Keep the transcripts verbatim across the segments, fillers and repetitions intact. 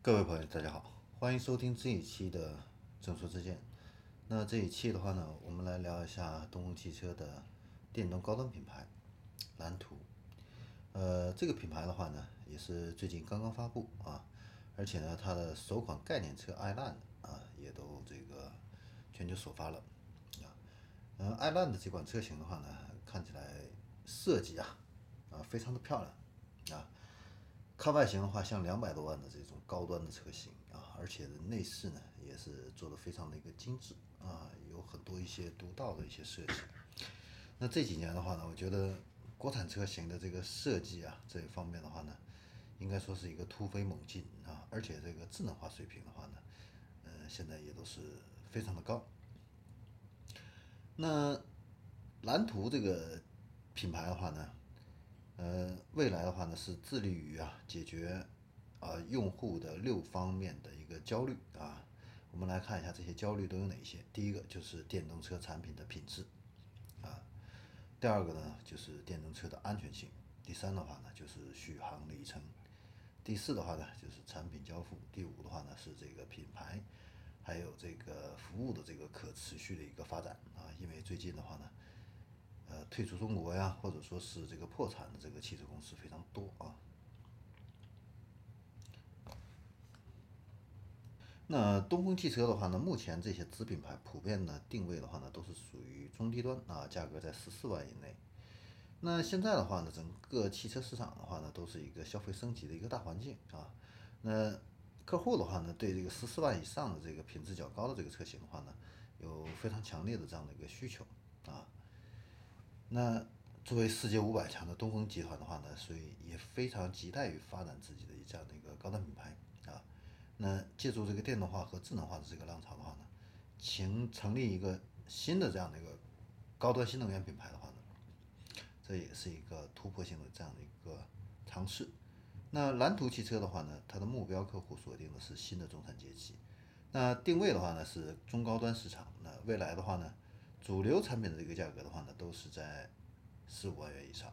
各位朋友，大家好，欢迎收听这一期的正说之见。那这一期的话呢，我们来聊一下东风汽车的电动高端品牌蓝图。呃，这个品牌的话呢，也是最近刚刚发布啊，而且呢，它的首款概念车 iLand 啊，也都这个全球首发了啊。嗯，iLand 这款车型的话呢，看起来设计啊啊非常的漂亮啊。看外形的话，像两百多万的这种高端的车型啊，而且内饰呢也是做的非常的一个精致啊，有很多一些独到的一些设计。那这几年的话呢，我觉得国产车型的这个设计啊这一方面的话呢，应该说是一个突飞猛进啊，而且这个智能化水平的话呢，呃，现在也都是非常的高。那蓝图这个品牌的话呢，呃，未来的话呢是致力于啊解决啊用户的六方面的一个焦虑啊。我们来看一下这些焦虑都有哪些。第一个就是电动车产品的品质啊，第二个呢就是电动车的安全性，第三的话呢就是续航里程，第四的话呢就是产品交付，第五的话呢是这个品牌还有这个服务的这个可持续的一个发展啊。因为最近的话呢，呃，退出中国呀，或者说是这个破产的这个汽车公司非常多啊。那东风汽车的话呢，目前这些子品牌普遍的定位的话呢，都是属于中低端啊，价格在十四万以内。那现在的话呢，整个汽车市场的话呢，都是一个消费升级的一个大环境啊。那客户的话呢，对这个十四万以上的这个品质较高的这个车型的话呢，有非常强烈的这样的一个需求啊。那作为世界五百强的东风集团的话呢，所以也非常期待于发展自己的这样的一个高端品牌啊。那借助这个电动化和智能化的这个浪潮的话呢，请成立一个新的这样的一个高端新能源品牌的话呢，这也是一个突破性的这样的一个尝试。那蓝图汽车的话呢，它的目标客户锁定的是新的中产阶级，那定位的话呢是中高端市场。那未来的话呢，主流产品的这个价格的话呢，都是在十五万元以上。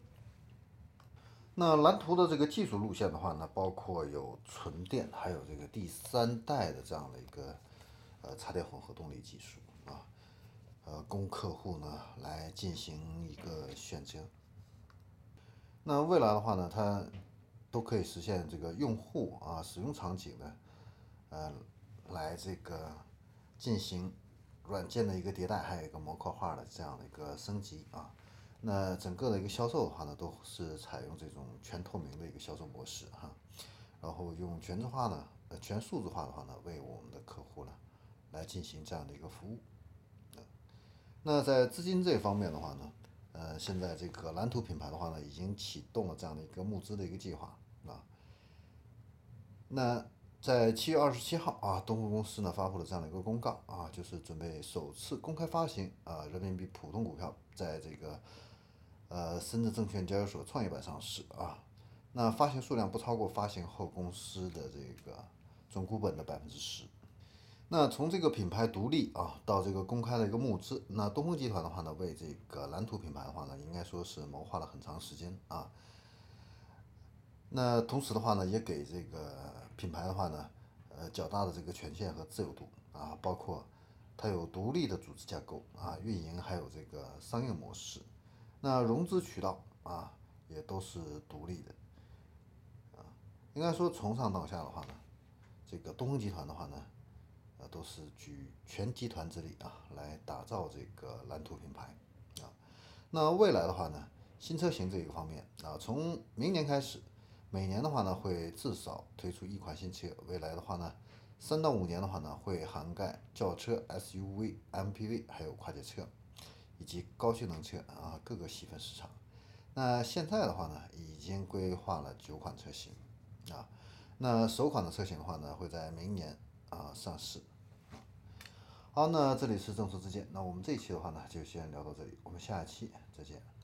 那蓝图的这个技术路线的话呢，包括有纯电，还有这个第三代的这样的一个呃插电混合动力技术啊，呃供客户呢来进行一个选择。那未来的话呢，它都可以实现这个用户啊使用场景呢，呃来这个进行软件的一个迭代，还有一个模块化的这样的一个升级啊。那整个的一个销售的话呢，都是采用这种全透明的一个销售模式哈，然后用全质化呢，呃全数字化的话呢，为我们的客户呢来进行这样的一个服务。那在资金这方面的话呢，呃，现在这个蓝图品牌的话呢，已经启动了这样的一个募资的一个计划啊。那在七月二十七号啊，东风公司呢发布了这样的一个公告啊，就是准备首次公开发行啊人民币普通股票，在这个呃深圳证券交易所创业板上市啊。那发行数量不超过发行后公司的这个总股本的百分之十。那从这个品牌独立啊到这个公开的一个募资，那东风集团的话呢，为这个蓝图品牌的话呢，应该说是谋划了很长时间啊。那同时的话呢，也给这个品牌的话呢，呃较大的这个权限和自由度啊，包括它有独立的组织架构啊，运营还有这个商业模式，那融资渠道啊也都是独立的。应该说从上到下的话呢，这个东风集团的话呢，呃都是举全集团之力啊来打造这个蓝图品牌啊。那未来的话呢，新车型这一个方面啊，从明年开始，每年的话呢会至少推出一款新车。未来的话呢，三到五年的话呢会涵盖轿车、S U V、M P V 还有跨界车以及高性能车啊各个细分市场。那现在的话呢，已经规划了九款车型啊。那首款的车型的话呢，会在明年啊上市。好，那这里是正说之见，那我们这一期的话呢，就先聊到这里，我们下一期再见。